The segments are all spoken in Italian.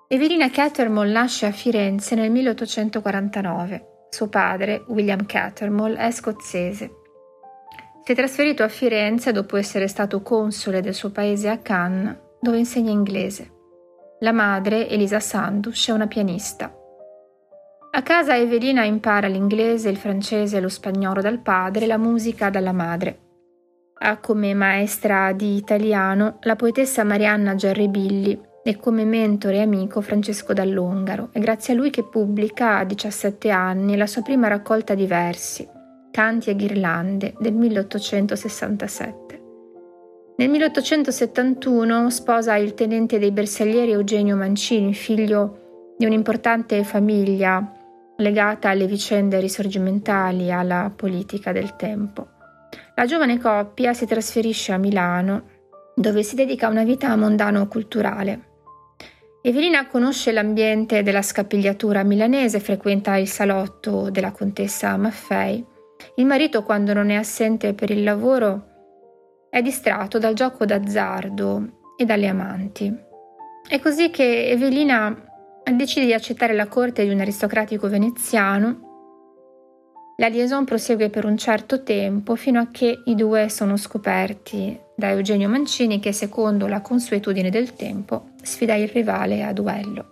Evelina Cattermole nasce a Firenze nel 1849. Suo padre, William Cattermole, è scozzese. Si è trasferito a Firenze dopo essere stato console del suo paese a Cannes, dove insegna inglese. La madre, Elisa Sandus, è una pianista. A casa Evelina impara l'inglese, il francese e lo spagnolo dal padre e la musica dalla madre. Ha come maestra di italiano la poetessa Marianna Gerribilli e come mentore e amico Francesco Dall'Ongaro. È grazie a lui che pubblica a 17 anni la sua prima raccolta di versi, Canti e ghirlande, del 1867. Nel 1871 sposa il tenente dei bersaglieri Eugenio Mancini, figlio di un'importante famiglia legata alle vicende risorgimentali e alla politica del tempo. La giovane coppia si trasferisce a Milano, dove si dedica a una vita mondano-culturale. Evelina conosce l'ambiente della scapigliatura milanese, frequenta il salotto della contessa Maffei. Il marito, quando non è assente per il lavoro, è distratto dal gioco d'azzardo e dalle amanti. È così che Evelina decide di accettare la corte di un aristocratico veneziano. La liaison prosegue per un certo tempo fino a che i due sono scoperti da Eugenio Mancini che, secondo la consuetudine del tempo, sfida il rivale a duello.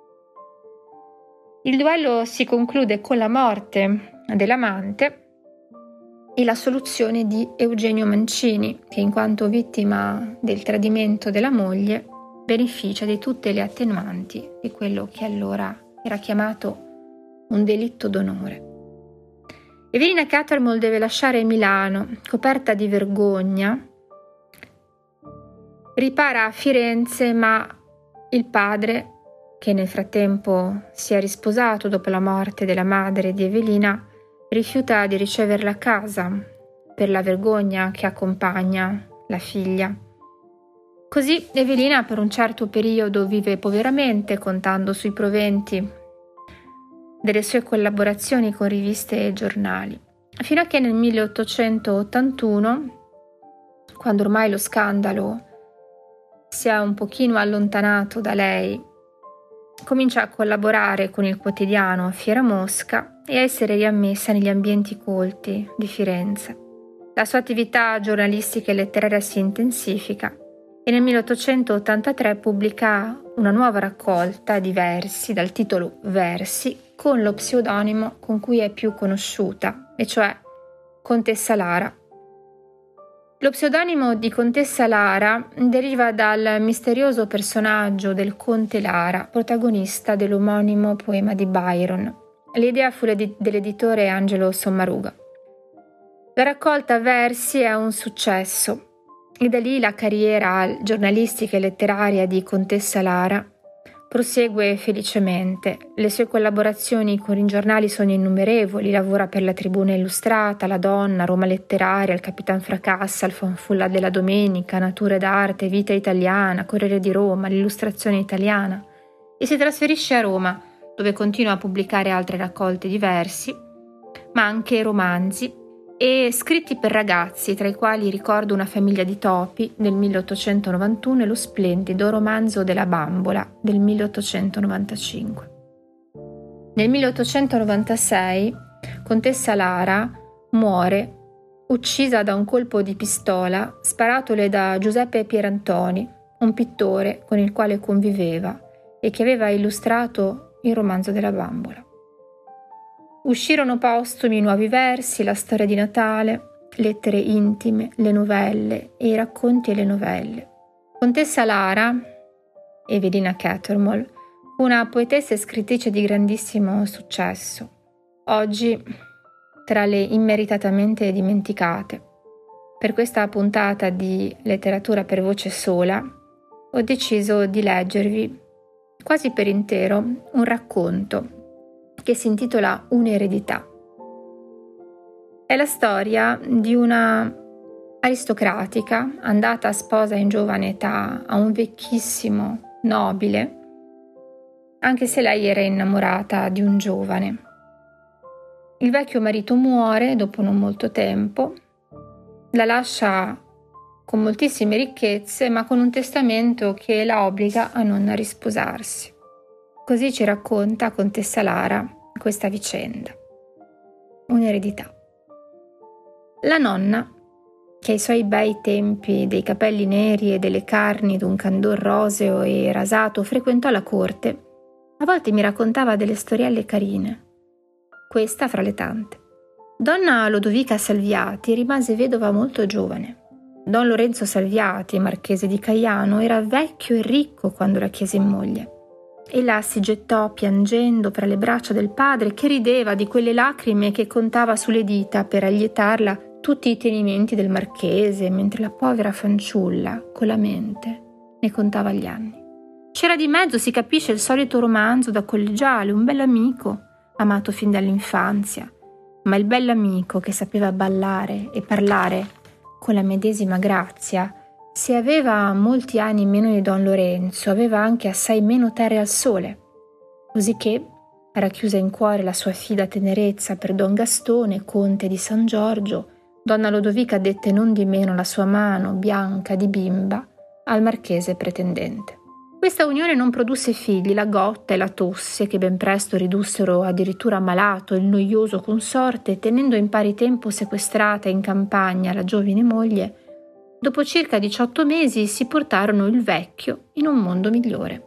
Il duello si conclude con la morte dell'amante e la soluzione di Eugenio Mancini, che in quanto vittima del tradimento della moglie beneficia di tutte le attenuanti di quello che allora era chiamato un delitto d'onore. Evelina Cattermole deve lasciare Milano, coperta di vergogna. Ripara a Firenze, ma il padre, che nel frattempo si è risposato dopo la morte della madre di Evelina, rifiuta di riceverla a casa per la vergogna che accompagna la figlia. Così Evelina per un certo periodo vive poveramente, contando sui proventi delle sue collaborazioni con riviste e giornali, fino a che nel 1881, quando ormai lo scandalo si è un pochino allontanato da lei, comincia a collaborare con il quotidiano Fiera Mosca e a essere riammessa negli ambienti colti di Firenze. La sua attività giornalistica e letteraria si intensifica e nel 1883 pubblica una nuova raccolta di versi dal titolo Versi con lo pseudonimo con cui è più conosciuta, e cioè Contessa Lara. Lo pseudonimo di Contessa Lara deriva dal misterioso personaggio del conte Lara, protagonista dell'omonimo poema di Byron. L'idea fu dell'editore Angelo Sommaruga. La raccolta versi è un successo e da lì la carriera giornalistica e letteraria di Contessa Lara prosegue felicemente. Le sue collaborazioni con i giornali sono innumerevoli, lavora per la Tribuna Illustrata, La Donna, Roma Letteraria, Il Capitan Fracassa, Il Fanfulla della Domenica, Nature d'Arte, Vita Italiana, Corriere di Roma, l'Illustrazione Italiana, e si trasferisce a Roma, dove continua a pubblicare altre raccolte di versi, ma anche romanzi e scritti per ragazzi, tra i quali ricordo Una famiglia di topi del 1891 e lo splendido Romanzo della bambola del 1895. Nel 1896 Contessa Lara muore uccisa da un colpo di pistola sparatole da Giuseppe Pierantoni, un pittore con il quale conviveva e che aveva illustrato il Romanzo della bambola. Uscirono postumi nuovi versi, la storia di Natale, lettere intime, le novelle e i racconti e le novelle. Contessa Lara, Evelina Cattermole, fu una poetessa e scrittrice di grandissimo successo, oggi tra le immeritatamente dimenticate. Per questa puntata di Letteratura per voce sola ho deciso di leggervi quasi per intero un racconto che si intitola Un'eredità. È la storia di una aristocratica andata a sposa in giovane età a un vecchissimo nobile, anche se lei era innamorata di un giovane. Il vecchio marito muore dopo non molto tempo, la lascia con moltissime ricchezze, ma con un testamento che la obbliga a non risposarsi. Così ci racconta contessa Lara questa vicenda. Un'eredità. La nonna, che ai suoi bei tempi dei capelli neri e delle carni d'un candor roseo e rasato frequentò la corte, a volte mi raccontava delle storielle carine. Questa fra le tante. Donna Lodovica Salviati rimase vedova molto giovane. Don Lorenzo Salviati, marchese di Caiano, era vecchio e ricco quando la chiese in moglie. Ella si gettò piangendo fra le braccia del padre, che rideva di quelle lacrime che contava sulle dita per allietarla tutti i tenimenti del marchese, mentre la povera fanciulla, con la mente, ne contava gli anni. C'era di mezzo, si capisce, il solito romanzo da collegiale, un bell'amico, amato fin dall'infanzia, ma il bell'amico che sapeva ballare e parlare con la medesima grazia. Se aveva molti anni meno di Don Lorenzo, aveva anche assai meno terre al sole, cosicché, racchiusa in cuore la sua fida tenerezza per Don Gastone, conte di San Giorgio, Donna Lodovica dette non di meno la sua mano, bianca di bimba, al marchese pretendente. Questa unione non produsse figli, la gotta e la tosse, che ben presto ridussero addirittura ammalato il noioso consorte, tenendo in pari tempo sequestrata in campagna la giovine moglie. Dopo circa 18 mesi si portarono il vecchio in un mondo migliore.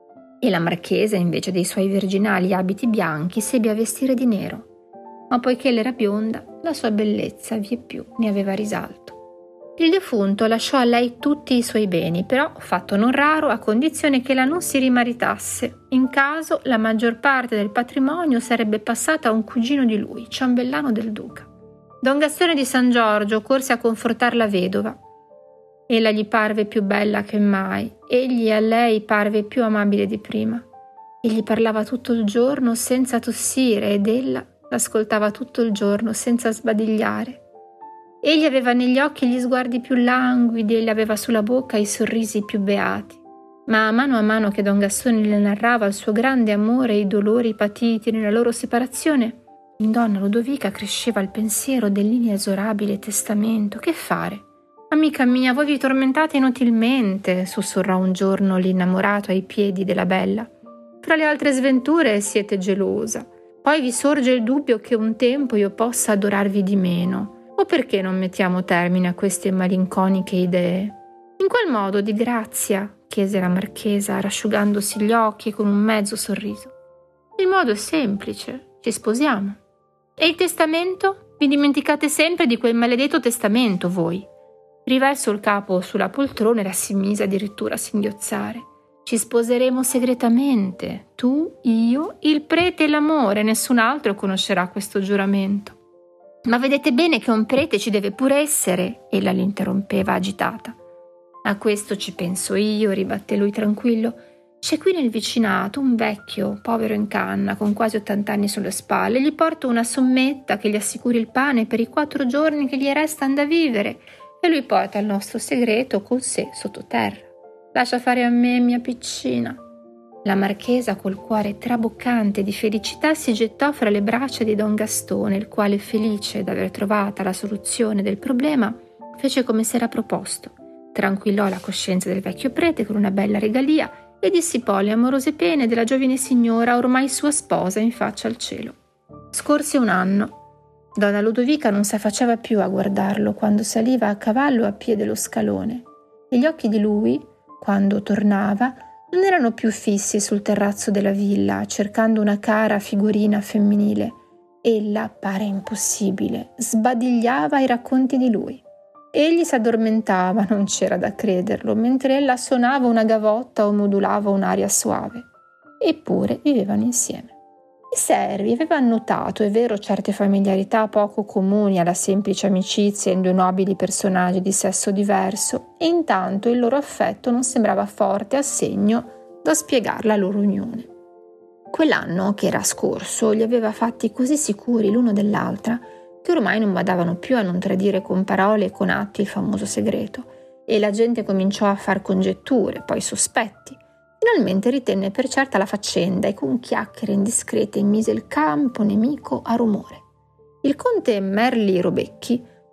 E la marchesa, invece dei suoi virginali abiti bianchi, sebbe a vestire di nero. Ma poiché l'era bionda, la sua bellezza vieppiù ne aveva risalto. Il defunto lasciò a lei tutti i suoi beni, però, fatto non raro, a condizione che la non si rimaritasse. In caso, la maggior parte del patrimonio sarebbe passata a un cugino di lui, ciambellano del duca. Don Gastone di San Giorgio corse a confortar la vedova. Ella gli parve più bella che mai, egli a lei parve più amabile di prima. Egli parlava tutto il giorno senza tossire ed ella l'ascoltava tutto il giorno senza sbadigliare. Egli aveva negli occhi gli sguardi più languidi e le aveva sulla bocca i sorrisi più beati. Ma a mano che Don Gastone le narrava il suo grande amore e i dolori patiti nella loro separazione, in Donna Lodovica cresceva il pensiero dell'inesorabile testamento. Che fare? Amica mia, voi vi tormentate inutilmente, sussurrò un giorno l'innamorato ai piedi della bella. Fra le altre sventure siete gelosa. Poi vi sorge il dubbio che un tempo io possa adorarvi di meno. O perché non mettiamo termine a queste malinconiche idee? In qual modo, di grazia? Chiese la marchesa, rasciugandosi gli occhi con un mezzo sorriso. Il modo è semplice, ci sposiamo. E il testamento? Vi dimenticate sempre di quel maledetto testamento, voi. Riversò il capo sulla poltrona e la si mise addirittura a singhiozzare. Ci sposeremo segretamente, tu, io, il prete e l'amore, nessun altro conoscerà questo giuramento. Ma vedete bene che un prete ci deve pure essere, ella l'interrompeva agitata. A questo ci penso io, ribatté lui tranquillo. C'è qui nel vicinato un vecchio, povero in canna, con quasi 80 anni sulle spalle. Gli porto una sommetta che gli assicuri il pane per i 4 giorni che gli restano da vivere e lui porta il nostro segreto con sé sottoterra. Lascia fare a me, mia piccina. La marchesa, col cuore traboccante di felicità, si gettò fra le braccia di Don Gastone, il quale, felice d'aver trovata la soluzione del problema, fece come s'era proposto. Tranquillò la coscienza del vecchio prete con una bella regalia e dissipò le amorose pene della giovine signora, ormai sua sposa, in faccia al cielo. Scorse un anno. Donna Ludovica non s'affacciava più a guardarlo quando saliva a cavallo a piede lo scalone, e gli occhi di lui, quando tornava, non erano più fissi sul terrazzo della villa, cercando una cara figurina femminile. Ella, pare impossibile, sbadigliava i racconti di lui. Egli s'addormentava, non c'era da crederlo, mentre ella suonava una gavotta o modulava un'aria suave. Eppure vivevano insieme. I servi avevano notato, è vero, certe familiarità poco comuni alla semplice amicizia in due nobili personaggi di sesso diverso, e intanto il loro affetto non sembrava forte a segno da spiegar la loro unione. Quell'anno che era scorso li aveva fatti così sicuri l'uno dell'altra che ormai non badavano più a non tradire con parole e con atti il famoso segreto, e la gente cominciò a far congetture, poi sospetti. Finalmente ritenne per certa la faccenda e con chiacchiere indiscrete mise il campo nemico a rumore. Il conte Merli Robecchi,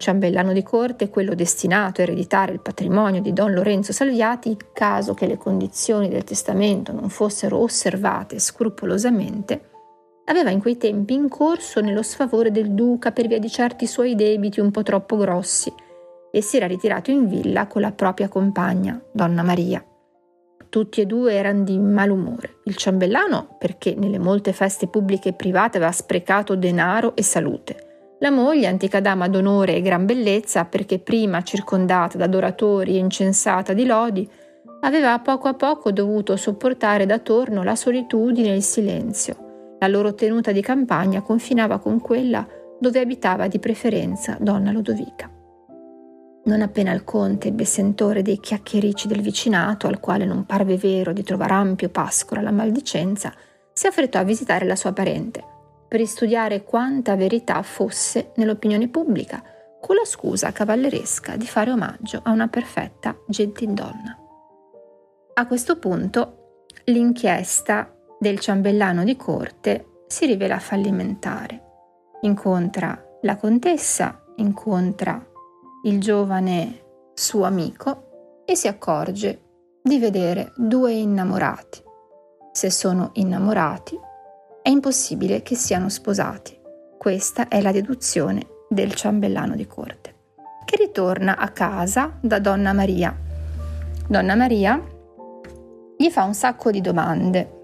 ciambellano di corte, quello destinato a ereditare il patrimonio di Don Lorenzo Salviati, in caso che le condizioni del testamento non fossero osservate scrupolosamente, aveva in quei tempi incorso nello sfavore del duca per via di certi suoi debiti un po' troppo grossi e si era ritirato in villa con la propria compagna, Donna Maria. Tutti e due erano di malumore. Il ciambellano perché nelle molte feste pubbliche e private aveva sprecato denaro e salute. La moglie, antica dama d'onore e gran bellezza, perché prima circondata da adoratori e incensata di lodi, aveva a poco dovuto sopportare da torno la solitudine e il silenzio. La loro tenuta di campagna confinava con quella dove abitava di preferenza Donna Ludovica. Non appena il conte ebbe sentore dei chiacchiericci del vicinato, al quale non parve vero di trovare ampio pascolo alla maldicenza, si affrettò a visitare la sua parente, per studiare quanta verità fosse nell'opinione pubblica, con la scusa cavalleresca di fare omaggio a una perfetta gentildonna. A questo punto l'inchiesta del ciambellano di corte si rivela fallimentare. Incontra la contessa, incontra il giovane suo amico e si accorge di vedere due innamorati. Se sono innamorati, è impossibile che siano sposati. Questa è la deduzione del ciambellano di corte, che ritorna a casa da Donna Maria. Donna Maria gli fa un sacco di domande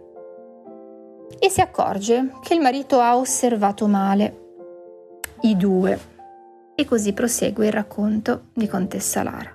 e si accorge che il marito ha osservato male i due. E così prosegue il racconto di Contessa Lara.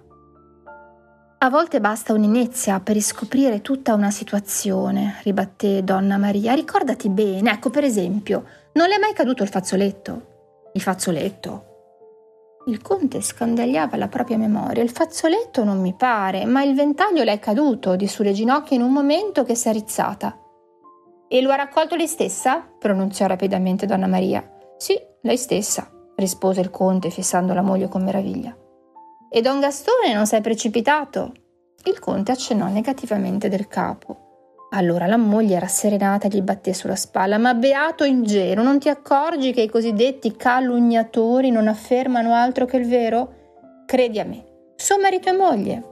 A volte basta un'inezia per riscoprire tutta una situazione, ribatté Donna Maria. Ricordati bene, ecco per esempio, non le è mai caduto il fazzoletto? Il fazzoletto? Il conte scandagliava la propria memoria. Il fazzoletto non mi pare, ma il ventaglio le è caduto di sulle ginocchia in un momento che si è rizzata. E lo ha raccolto lei stessa? Pronunziò rapidamente Donna Maria. Sì, lei stessa, rispose il conte fissando la moglie con meraviglia. E Don Gastone non s'è precipitato? Il conte accennò negativamente del capo. Allora la moglie rasserenata gli batté sulla spalla. Ma beato ingenuo, non ti accorgi che i cosiddetti calunniatori non affermano altro che il vero? Credi a me, suo marito e moglie.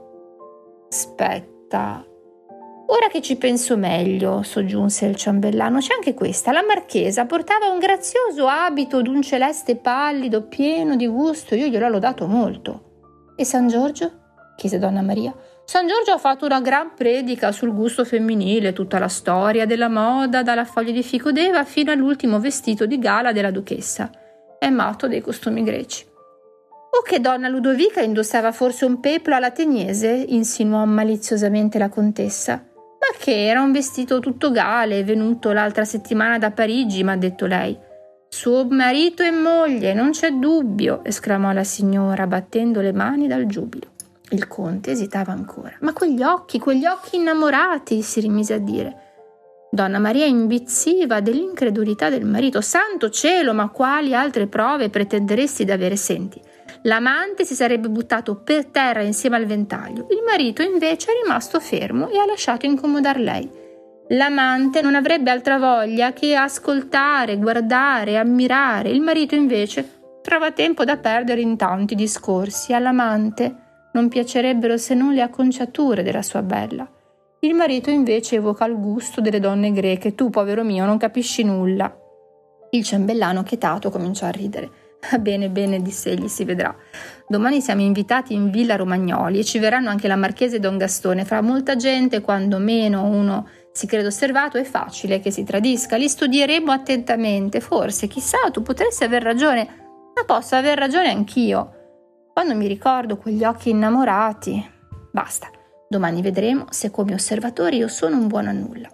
Aspetta, ora che ci penso meglio, soggiunse il ciambellano, c'è anche questa. La marchesa portava un grazioso abito d'un celeste pallido, pieno di gusto. Io glielo ho lodato molto. E San Giorgio? Chiese Donna Maria. San Giorgio ha fatto una gran predica sul gusto femminile, tutta la storia della moda, dalla foglia di fico d'Eva fino all'ultimo vestito di gala della duchessa. È matto dei costumi greci. O che Donna Ludovica indossava forse un peplo all'ateniese? Insinuò maliziosamente la contessa. Ma che era un vestito tutto gale, venuto l'altra settimana da Parigi, m'ha detto lei. Suo marito e moglie, non c'è dubbio, esclamò la signora, battendo le mani dal giubilo. Il conte esitava ancora. Ma quegli occhi innamorati, si rimise a dire. Donna Maria imbizziva dell'incredulità del marito. Santo cielo, ma quali altre prove pretenderesti d'avere? Senti, l'amante si sarebbe buttato per terra insieme al ventaglio. Il marito invece è rimasto fermo e ha lasciato incomodar lei. L'amante non avrebbe altra voglia che ascoltare, guardare, ammirare. Il marito invece trova tempo da perdere in tanti discorsi. All'amante non piacerebbero se non le acconciature della sua bella. Il marito invece evoca il gusto delle donne greche. Tu, povero mio, non capisci nulla. Il ciambellano, chetato, cominciò a ridere. Bene, disse egli, si vedrà. Domani siamo invitati in Villa Romagnoli e ci verranno anche la marchese e Don Gastone. Fra molta gente, quando meno uno si crede osservato, è facile che si tradisca. Li studieremo attentamente. Forse, chissà, tu potresti aver ragione, ma posso aver ragione anch'io. Quando mi ricordo quegli occhi innamorati. Basta, domani vedremo se come osservatori io sono un buono a nulla.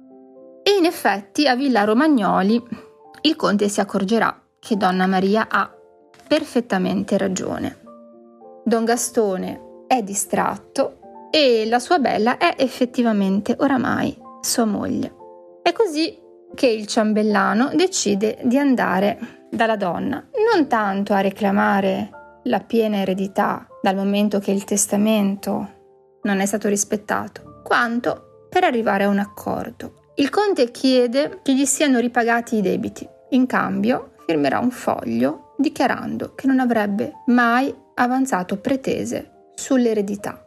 E in effetti a Villa Romagnoli il conte si accorgerà che Donna Maria ha perfettamente ragione. Don Gastone è distratto e la sua bella è effettivamente oramai sua moglie. È così che il ciambellano decide di andare dalla donna, non tanto a reclamare la piena eredità dal momento che il testamento non è stato rispettato, quanto per arrivare a un accordo. Il conte chiede che gli siano ripagati i debiti. In cambio firmerà un foglio dichiarando che non avrebbe mai avanzato pretese sull'eredità.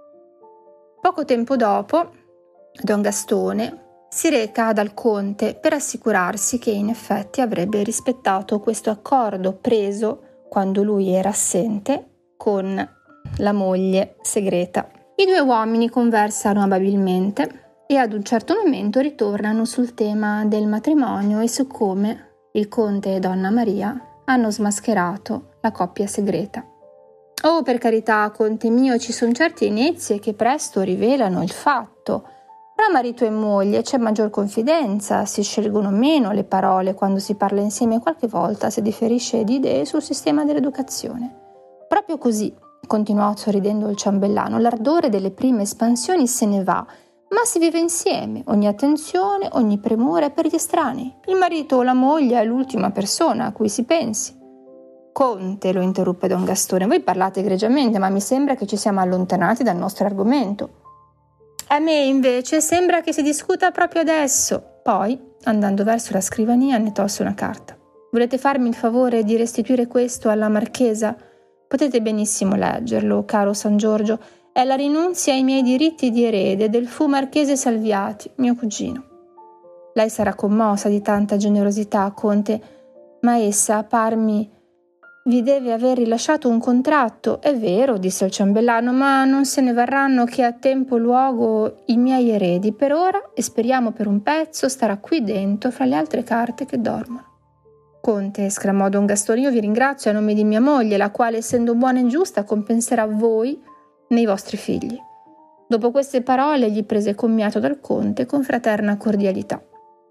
Poco tempo dopo, Don Gastone si reca dal conte per assicurarsi che in effetti avrebbe rispettato questo accordo preso quando lui era assente con la moglie segreta. I due uomini conversano amabilmente e ad un certo momento ritornano sul tema del matrimonio e su come il conte e Donna Maria hanno smascherato la coppia segreta. Oh, per carità, conte mio, ci sono certe inizie che presto rivelano il fatto. Tra marito e moglie c'è maggior confidenza, si scelgono meno le parole quando si parla insieme e qualche volta si differisce di idee sul sistema dell'educazione. Proprio così, continuò sorridendo il ciambellano, l'ardore delle prime espansioni se ne va, ma si vive insieme, ogni attenzione, ogni premura è per gli estranei. Il marito o la moglie è l'ultima persona a cui si pensi. Conte, lo interruppe Don Gastone, voi parlate egregiamente, ma mi sembra che ci siamo allontanati dal nostro argomento. A me, invece, sembra che si discuta proprio adesso. Poi, andando verso la scrivania, ne tolse una carta. Volete farmi il favore di restituire questo alla marchesa? Potete benissimo leggerlo, caro San Giorgio. È la rinunzia ai miei diritti di erede del fu marchese Salviati, mio cugino. Lei sarà commossa di tanta generosità, conte, ma essa, parmi, vi deve aver rilasciato un contratto. È vero, disse il ciambellano, ma non se ne varranno che a tempo e luogo i miei eredi. Per ora, e speriamo per un pezzo, starà qui dentro fra le altre carte che dormono. Conte, esclamò Don Gastone, io vi ringrazio a nome di mia moglie, la quale, essendo buona e giusta, compenserà voi nei vostri figli. Dopo queste parole gli prese commiato dal conte con fraterna cordialità.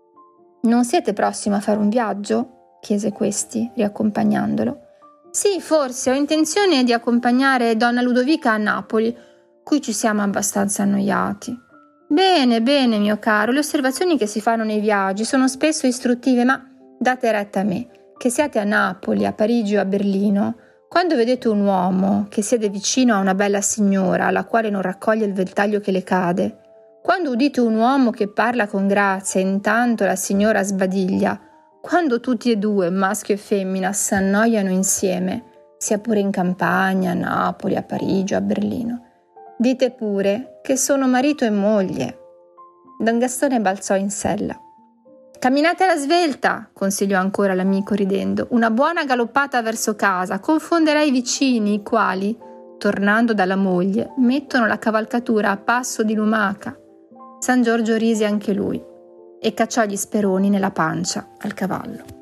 Non siete prossimo a fare un viaggio? Chiese questi, riaccompagnandolo. Sì, forse, ho intenzione di accompagnare donna Ludovica a Napoli, cui ci siamo abbastanza annoiati. Bene, bene, mio caro, le osservazioni che si fanno nei viaggi sono spesso istruttive, ma date retta a me, che siate a Napoli, a Parigi o a Berlino, quando vedete un uomo che siede vicino a una bella signora alla quale non raccoglie il ventaglio che le cade, quando udite un uomo che parla con grazia e intanto la signora sbadiglia, quando tutti e due, maschio e femmina, s'annoiano insieme, sia pure in campagna, a Napoli, a Parigi o a Berlino, dite pure che sono marito e moglie. Don Gastone balzò in sella. Camminate alla svelta, consigliò ancora l'amico ridendo, una buona galoppata verso casa, confonderà i vicini, i quali, tornando dalla moglie, mettono la cavalcatura a passo di lumaca. San Giorgio rise anche lui e cacciò gli speroni nella pancia al cavallo.